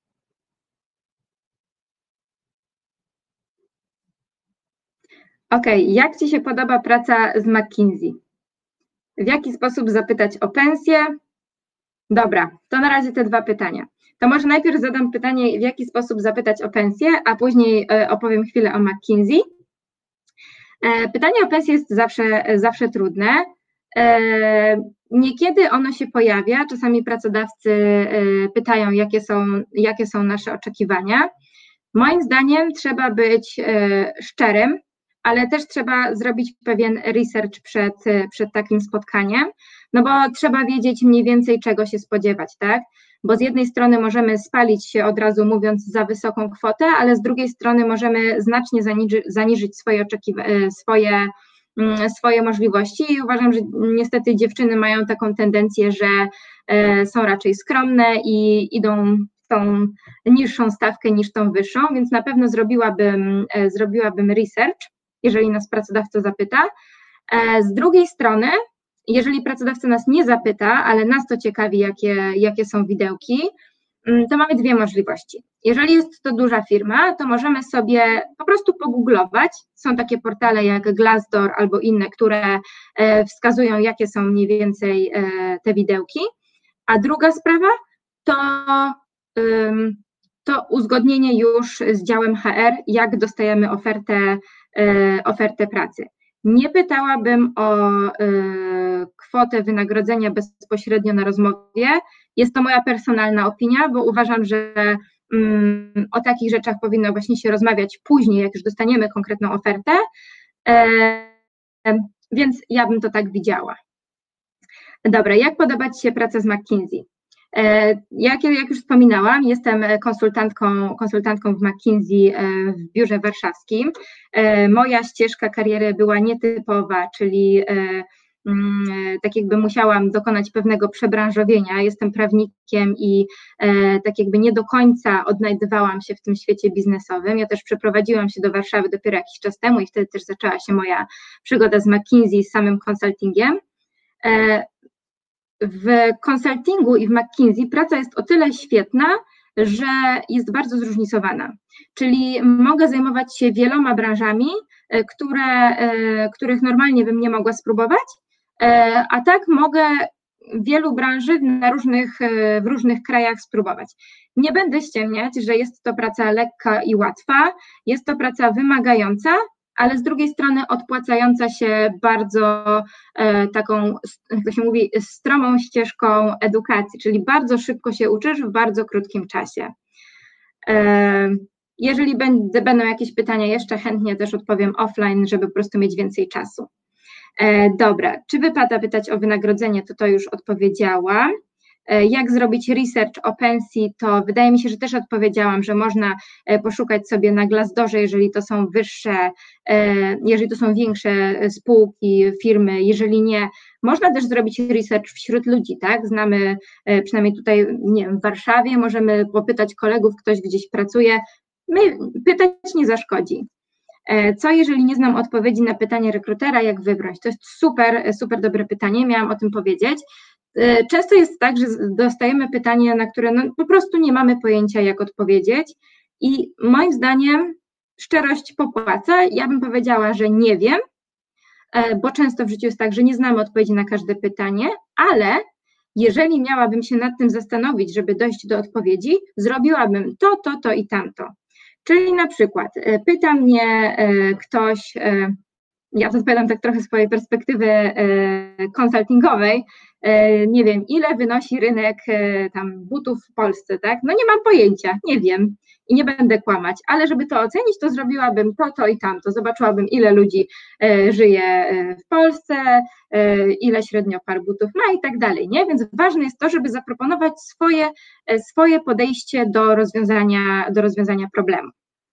Ok, jak ci się podoba praca z McKinsey? W jaki sposób zapytać o pensję? Dobra, to na razie te dwa pytania. To może najpierw zadam pytanie, w jaki sposób zapytać o pensję, a później opowiem chwilę o McKinsey. Pytanie o pensję jest zawsze, zawsze trudne. Niekiedy ono się pojawia, czasami pracodawcy pytają, jakie są, jakie są nasze oczekiwania. Moim zdaniem trzeba być szczerym, ale też trzeba zrobić pewien research przed, przed takim spotkaniem, no bo trzeba wiedzieć mniej więcej, czego się spodziewać, tak? Bo z jednej strony możemy spalić się od razu mówiąc za wysoką kwotę, ale z drugiej strony możemy znacznie zaniży, zaniżyć swoje oczekiwania, swoje swoje możliwości i uważam, że niestety dziewczyny mają taką tendencję, że są raczej skromne i idą w tą niższą stawkę niż tą wyższą, więc na pewno zrobiłabym, zrobiłabym research, jeżeli nas pracodawca zapyta. Z drugiej strony, jeżeli pracodawca nas nie zapyta, ale nas to ciekawi, jakie, jakie są widełki, to mamy dwie możliwości. Jeżeli jest to duża firma, to możemy sobie po prostu pogooglować. Są takie portale jak Glassdoor albo inne, które wskazują, jakie są mniej więcej te widełki. A druga sprawa to, to uzgodnienie już z działem H R, jak dostajemy ofertę, ofertę pracy. Nie pytałabym o kwotę wynagrodzenia bezpośrednio na rozmowie. Jest to moja personalna opinia, bo uważam, że o takich rzeczach powinno właśnie się rozmawiać później, jak już dostaniemy konkretną ofertę, więc ja bym to tak widziała. Dobra, jak podoba Ci się praca z McKinsey? Jak, jak już wspominałam, jestem konsultantką, konsultantką w McKinsey w biurze warszawskim. Moja ścieżka kariery była nietypowa, czyli tak jakby musiałam dokonać pewnego przebranżowienia. Jestem prawnikiem i tak jakby nie do końca odnajdywałam się w tym świecie biznesowym. Ja też przeprowadziłam się do Warszawy dopiero jakiś czas temu i wtedy też zaczęła się moja przygoda z McKinsey, z samym konsultingiem. W konsultingu i w McKinsey praca jest o tyle świetna, że jest bardzo zróżnicowana, czyli mogę zajmować się wieloma branżami, które, których normalnie bym nie mogła spróbować, a tak mogę wielu branży na różnych, w różnych krajach spróbować. Nie będę ściemniać, że jest to praca lekka i łatwa, jest to praca wymagająca, ale z drugiej strony odpłacająca się bardzo e, taką, jak to się mówi, stromą ścieżką edukacji, czyli bardzo szybko się uczysz w bardzo krótkim czasie. E, jeżeli będę, będą jakieś pytania jeszcze, chętnie też odpowiem offline, żeby po prostu mieć więcej czasu. E, dobra, czy wypada pytać o wynagrodzenie, to to już odpowiedziałam. Jak zrobić research o pensji, to wydaje mi się, że też odpowiedziałam, że można poszukać sobie na Glassdoorze, jeżeli to są wyższe, jeżeli to są większe spółki, firmy, jeżeli nie, można też zrobić research wśród ludzi, tak? Znamy, przynajmniej tutaj, nie wiem, w Warszawie, możemy popytać kolegów, ktoś gdzieś pracuje, my, pytać nie zaszkodzi. Co jeżeli nie znam odpowiedzi na pytanie rekrutera, jak wybrać? To jest super, super dobre pytanie, miałam o tym powiedzieć. Często jest tak, że dostajemy pytanie, na które no, po prostu nie mamy pojęcia, jak odpowiedzieć i moim zdaniem szczerość popłaca. Ja bym powiedziała, że nie wiem, bo często w życiu jest tak, że nie znamy odpowiedzi na każde pytanie, ale jeżeli miałabym się nad tym zastanowić, żeby dojść do odpowiedzi, zrobiłabym to, to, to i tamto. Czyli na przykład pyta mnie ktoś, ja to odpowiadam tak trochę z swojej perspektywy konsultingowej, nie wiem, ile wynosi rynek tam butów w Polsce, tak? No nie mam pojęcia, nie wiem i nie będę kłamać, ale żeby to ocenić, to zrobiłabym to, to i tamto, zobaczyłabym, ile ludzi żyje w Polsce, ile średnio par butów ma i tak dalej, nie? Więc ważne jest to, żeby zaproponować swoje, swoje podejście do rozwiązania, do rozwiązania problemu.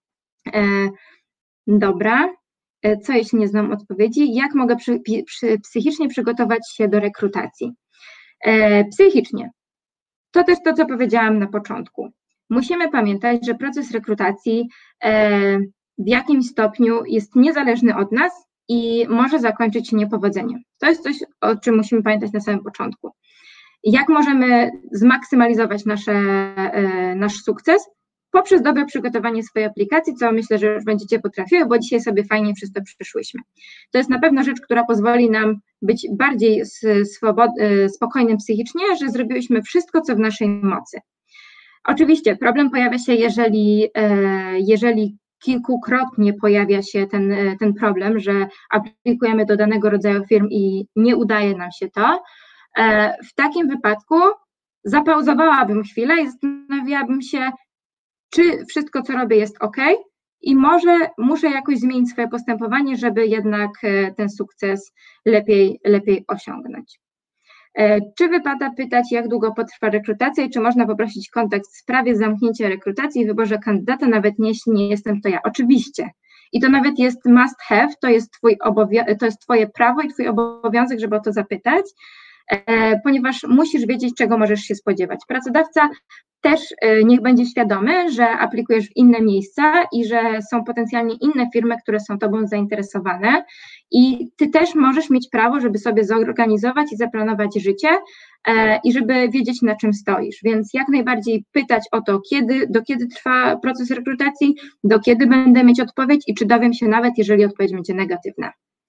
Dobra. Co jeśli nie znam odpowiedzi? Jak mogę przy, przy, psychicznie przygotować się do rekrutacji? E, psychicznie. To też to, co powiedziałam na początku. Musimy pamiętać, że proces rekrutacji e, w jakimś stopniu jest niezależny od nas i może zakończyć się niepowodzeniem. To jest coś, o czym musimy pamiętać na samym początku. Jak możemy zmaksymalizować nasze, e, nasz sukces? Poprzez dobre przygotowanie swojej aplikacji, co myślę, że już będziecie potrafiły, bo dzisiaj sobie fajnie przez to przyszłyśmy. To jest na pewno rzecz, która pozwoli nam być bardziej spokojnym psychicznie, że zrobiłyśmy wszystko, co w naszej mocy. Oczywiście problem pojawia się, jeżeli, jeżeli kilkukrotnie pojawia się ten, ten problem, że aplikujemy do danego rodzaju firm i nie udaje nam się to. W takim wypadku zapauzowałabym chwilę i zastanawiałabym się, czy wszystko, co robię, jest ok i może muszę jakoś zmienić swoje postępowanie, żeby jednak ten sukces lepiej, lepiej osiągnąć. Czy wypada pytać, jak długo potrwa rekrutacja i czy można poprosić kontakt w sprawie zamknięcia rekrutacji i wyborze kandydata, nawet jeśli nie jestem to ja? Oczywiście. I to nawet jest must have, to jest, twój obowią- to jest twoje prawo i twój obowiązek, żeby o to zapytać, ponieważ musisz wiedzieć, czego możesz się spodziewać. Pracodawca też niech będzie świadomy, że aplikujesz w inne miejsca i że są potencjalnie inne firmy, które są tobą zainteresowane i ty też możesz mieć prawo, żeby sobie zorganizować i zaplanować życie i żeby wiedzieć, na czym stoisz. Więc jak najbardziej pytać o to, kiedy, do kiedy trwa proces rekrutacji, do kiedy będę mieć odpowiedź i czy dowiem się nawet, jeżeli odpowiedź będzie negatywna.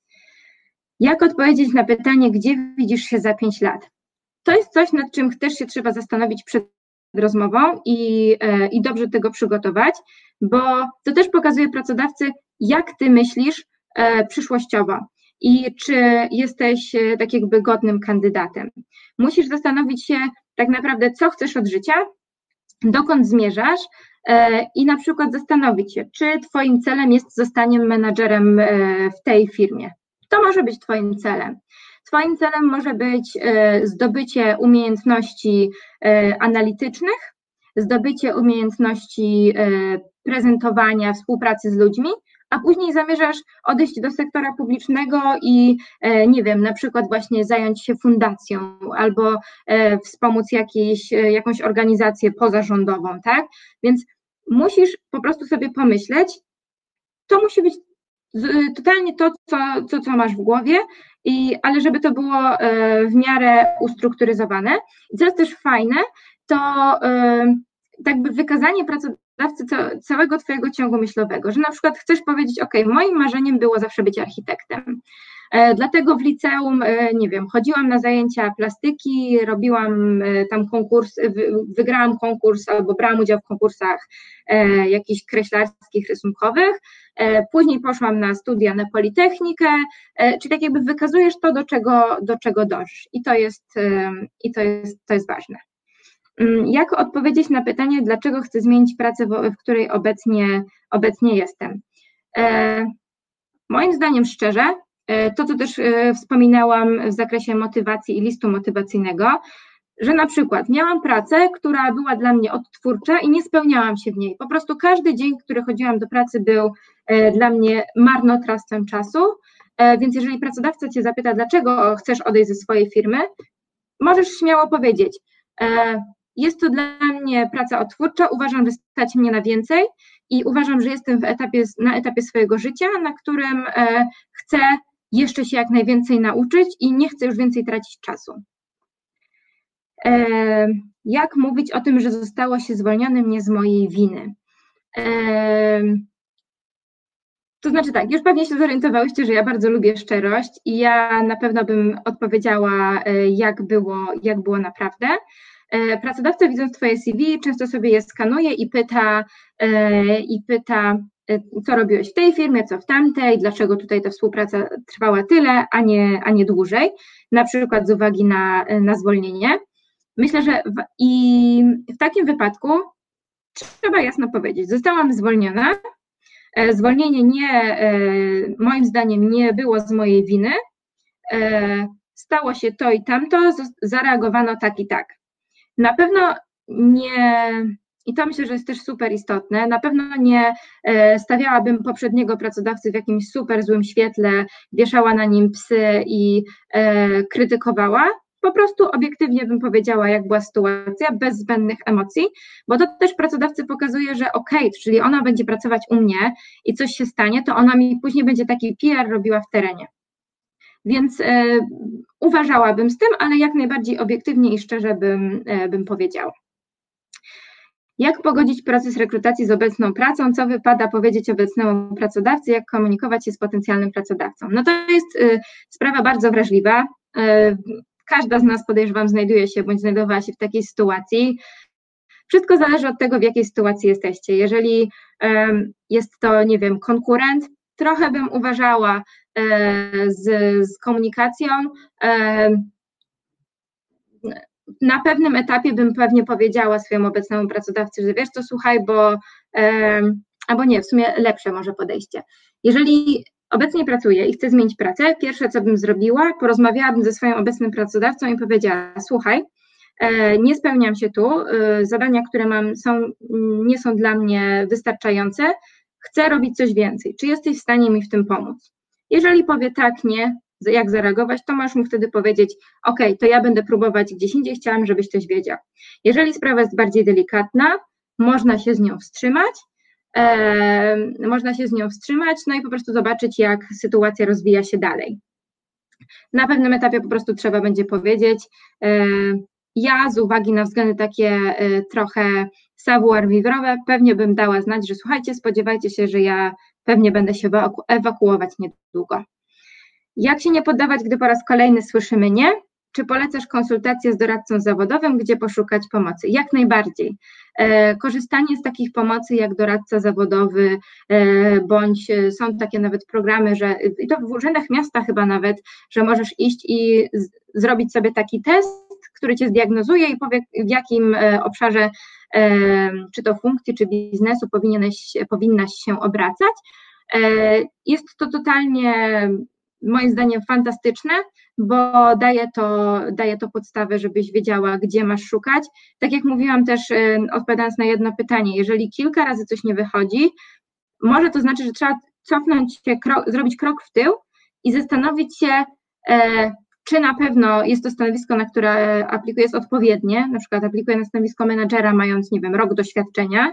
Jak odpowiedzieć na pytanie, gdzie widzisz się za pięć lat? To jest coś, nad czym też się trzeba zastanowić przed rozmową i, i dobrze tego przygotować, bo to też pokazuje pracodawcy, jak ty myślisz e, przyszłościowo. i czy jesteś tak jakby godnym kandydatem. Musisz zastanowić się tak naprawdę, co chcesz od życia, dokąd zmierzasz i na przykład zastanowić się, czy twoim celem jest zostanie menadżerem w tej firmie. To może być twoim celem. Twoim celem może być zdobycie umiejętności analitycznych, zdobycie umiejętności prezentowania, współpracy z ludźmi, a później zamierzasz odejść do sektora publicznego i nie wiem, na przykład właśnie zająć się fundacją albo wspomóc jakieś, jakąś organizację pozarządową, tak? Więc musisz po prostu sobie pomyśleć, to musi być totalnie to, co, co, co masz w głowie, i, ale żeby to było w miarę ustrukturyzowane. I co jest też fajne, to jakby wykazanie pracodawcy całego twojego ciągu myślowego, że na przykład chcesz powiedzieć, ok, moim marzeniem było zawsze być architektem, dlatego w liceum, nie wiem, chodziłam na zajęcia plastyki, robiłam tam konkurs, wygrałam konkurs albo brałam udział w konkursach jakichś kreślarskich, rysunkowych, później poszłam na studia na Politechnikę, czyli tak jakby wykazujesz to, do czego, do czego dążysz, i to jest, i to jest, to jest ważne. Jak odpowiedzieć na pytanie, dlaczego chcę zmienić pracę, w której obecnie, obecnie jestem? Moim zdaniem szczerze, to co też wspominałam w zakresie motywacji i listu motywacyjnego, że na przykład miałam pracę, która była dla mnie odtwórcza i nie spełniałam się w niej. Po prostu każdy dzień, który chodziłam do pracy, był dla mnie marnotrawstwem czasu, więc jeżeli pracodawca cię zapyta, dlaczego chcesz odejść ze swojej firmy, możesz śmiało powiedzieć, jest to dla mnie praca odtwórcza, uważam, że stać mnie na więcej i uważam, że jestem w etapie, na etapie swojego życia, na którym chcę jeszcze się jak najwięcej nauczyć i nie chcę już więcej tracić czasu. Jak mówić o tym, że zostało się zwolnionym nie z mojej winy? To znaczy tak, już pewnie się zorientowałyście, że ja bardzo lubię szczerość i ja na pewno bym odpowiedziała, jak było, jak było naprawdę. Pracodawca, widząc twoje C V, często sobie je skanuje i pyta, i pyta, co robiłeś w tej firmie, co w tamtej, dlaczego tutaj ta współpraca trwała tyle, a nie, a nie dłużej, na przykład z uwagi na, na zwolnienie. Myślę, że w, i w takim wypadku trzeba jasno powiedzieć, zostałam zwolniona, zwolnienie nie, moim zdaniem nie było z mojej winy, stało się to i tamto, zareagowano tak i tak. Na pewno nie, i to myślę, że jest też super istotne, na pewno nie stawiałabym poprzedniego pracodawcy w jakimś super złym świetle, wieszała na nim psy i krytykowała. Po prostu obiektywnie bym powiedziała, jak była sytuacja, bez zbędnych emocji, bo to też pracodawcy pokazuje, że okej, okay, czyli ona będzie pracować u mnie i coś się stanie, to ona mi później będzie taki P R robiła w terenie. Więc y, uważałabym z tym, ale jak najbardziej obiektywnie i szczerze bym, y, bym powiedziała. Jak pogodzić proces rekrutacji z obecną pracą? Co wypada powiedzieć obecnemu pracodawcy? Jak komunikować się z potencjalnym pracodawcą? No to jest y, sprawa bardzo wrażliwa. Y, Każda z nas, podejrzewam, znajduje się bądź znajdowała się w takiej sytuacji. Wszystko zależy od tego, w jakiej sytuacji jesteście. Jeżeli um, jest to, nie wiem, konkurent, trochę bym uważała e, z, z komunikacją. E, na pewnym etapie bym pewnie powiedziała swojemu obecnemu pracodawcy, że wiesz co, słuchaj, bo e, albo nie, w sumie lepsze może podejście. Jeżeli obecnie pracuję i chcę zmienić pracę, pierwsze co bym zrobiła, porozmawiałabym ze swoim obecnym pracodawcą i powiedziała, słuchaj, nie spełniam się tu, zadania, które mam są, nie są dla mnie wystarczające, chcę robić coś więcej, czy jesteś w stanie mi w tym pomóc? Jeżeli powie tak, nie, jak zareagować, to możesz mu wtedy powiedzieć, ok, to ja będę próbować gdzieś indziej, chciałam, żebyś coś wiedział. Jeżeli sprawa jest bardziej delikatna, można się z nią wstrzymać, E, można się z nią wstrzymać, no i po prostu zobaczyć, jak sytuacja rozwija się dalej. Na pewnym etapie po prostu trzeba będzie powiedzieć, e, ja z uwagi na względy takie e, trochę savoir-vivre'owe pewnie bym dała znać, że słuchajcie, spodziewajcie się, że ja pewnie będę się ewaku- ewakuować niedługo. Jak się nie poddawać, gdy po raz kolejny słyszymy nie? czy polecasz konsultację z doradcą zawodowym, gdzie poszukać pomocy? Jak najbardziej. Korzystanie z takich pomocy jak doradca zawodowy, bądź są takie nawet programy, że i to w urzędach miasta chyba nawet, że możesz iść i z, zrobić sobie taki test, który cię zdiagnozuje i powie, w jakim obszarze, czy to funkcji, czy biznesu powinieneś, powinnaś się obracać. Jest to totalnie, moim zdaniem, fantastyczne, bo daje to, daje to podstawę, żebyś wiedziała, gdzie masz szukać. Tak jak mówiłam też, odpowiadając na jedno pytanie, jeżeli kilka razy coś nie wychodzi, może to znaczy, że trzeba cofnąć się, krok, zrobić krok w tył i zastanowić się, czy na pewno jest to stanowisko, na które aplikuję, jest odpowiednie, na przykład aplikuję na stanowisko menadżera, mając, nie wiem, rok doświadczenia,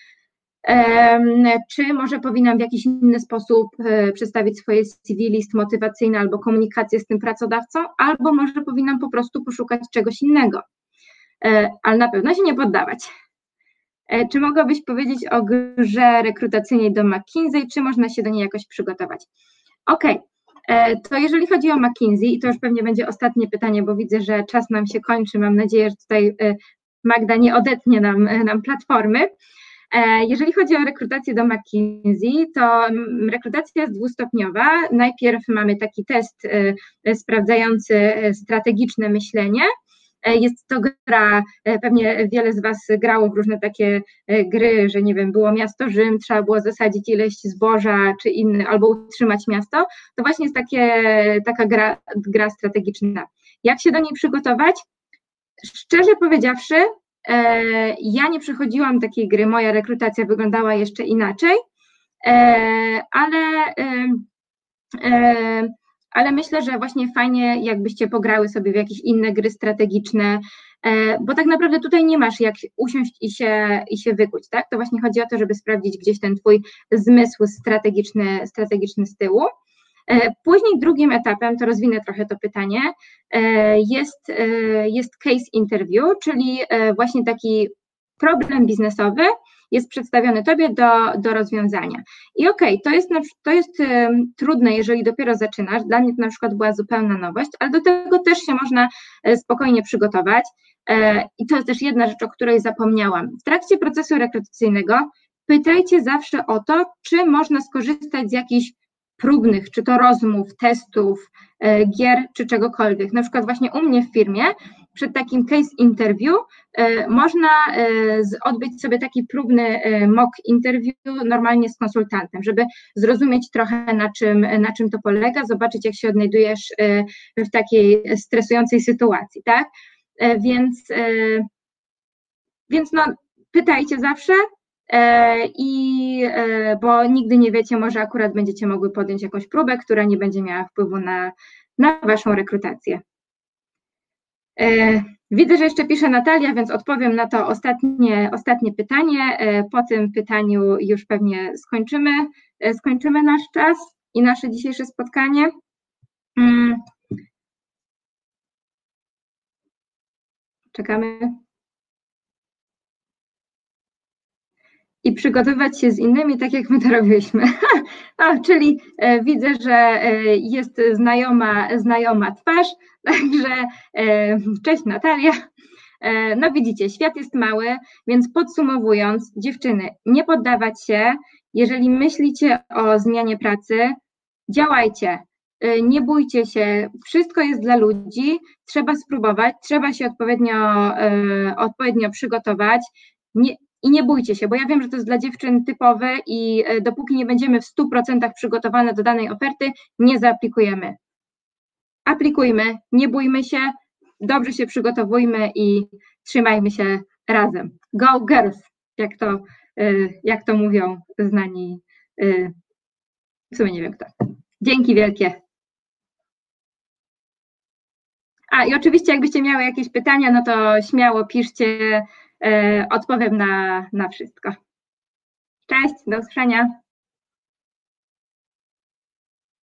czy może powinnam w jakiś inny sposób przedstawić swoje C V, list motywacyjny albo komunikację z tym pracodawcą, albo może powinnam po prostu poszukać czegoś innego, ale na pewno się nie poddawać. Czy mogłabyś powiedzieć o grze rekrutacyjnej do McKinsey, czy można się do niej jakoś przygotować? Okej, okay. To jeżeli chodzi o McKinsey, i to już pewnie będzie ostatnie pytanie, bo widzę, że czas nam się kończy, mam nadzieję, że tutaj Magda nie odetnie nam, nam platformy. Jeżeli chodzi o rekrutację do McKinsey, to rekrutacja jest dwustopniowa. Najpierw mamy taki test sprawdzający strategiczne myślenie. Jest to gra, pewnie wiele z Was grało w różne takie gry, że nie wiem, było miasto Rzym, trzeba było zasadzić ileś zboża czy inny, albo utrzymać miasto. To właśnie jest takie, taka gra, gra strategiczna. Jak się do niej przygotować? Szczerze powiedziawszy, ja nie przechodziłam takiej gry, moja rekrutacja wyglądała jeszcze inaczej, ale, ale myślę, że właśnie fajnie, jakbyście pograły sobie w jakieś inne gry strategiczne, bo tak naprawdę tutaj nie masz jak usiąść i się, i się wykuć, tak? To właśnie chodzi o to, żeby sprawdzić gdzieś ten twój zmysł strategiczny, strategiczny z tyłu. Później drugim etapem, to rozwinę trochę to pytanie, jest, jest case interview, czyli właśnie taki problem biznesowy jest przedstawiony Tobie do, do rozwiązania. I okej, okay, to jest, to jest trudne, jeżeli dopiero zaczynasz, dla mnie to na przykład była zupełna nowość, ale do tego też się można spokojnie przygotować i to jest też jedna rzecz, o której zapomniałam. W trakcie procesu rekrutacyjnego pytajcie zawsze o to, czy można skorzystać z jakichś próbnych, czy to rozmów, testów, gier, czy czegokolwiek. Na przykład właśnie u mnie w firmie przed takim case interview można odbyć sobie taki próbny mock interview normalnie z konsultantem, żeby zrozumieć trochę na czym, na czym to polega, zobaczyć jak się odnajdujesz w takiej stresującej sytuacji, tak? Więc, więc no pytajcie zawsze, i bo nigdy nie wiecie, może akurat będziecie mogły podjąć jakąś próbę, która nie będzie miała wpływu na, na Waszą rekrutację. Widzę, że jeszcze pisze Natalia, więc odpowiem na to ostatnie, ostatnie pytanie. Po tym pytaniu już pewnie skończymy, skończymy nasz czas i nasze dzisiejsze spotkanie. Czekamy. I przygotowywać się z innymi, tak jak my to robiliśmy. No, czyli e, widzę, że e, jest znajoma, znajoma twarz, także e, cześć Natalia. E, no widzicie, świat jest mały, więc podsumowując, dziewczyny, nie poddawać się, jeżeli myślicie o zmianie pracy, działajcie, e, nie bójcie się, wszystko jest dla ludzi, trzeba spróbować, trzeba się odpowiednio, e, odpowiednio przygotować, nie, I nie bójcie się, bo ja wiem, że to jest dla dziewczyn typowe i dopóki nie będziemy w stu procentach przygotowane do danej oferty, nie zaaplikujemy. Aplikujmy, nie bójmy się, dobrze się przygotowujmy i trzymajmy się razem. Go girls, jak to, jak to mówią znani, w sumie nie wiem kto. Dzięki wielkie. A i oczywiście jakbyście miały jakieś pytania, no to śmiało piszcie, odpowiem na, na wszystko. Cześć, do usłyszenia.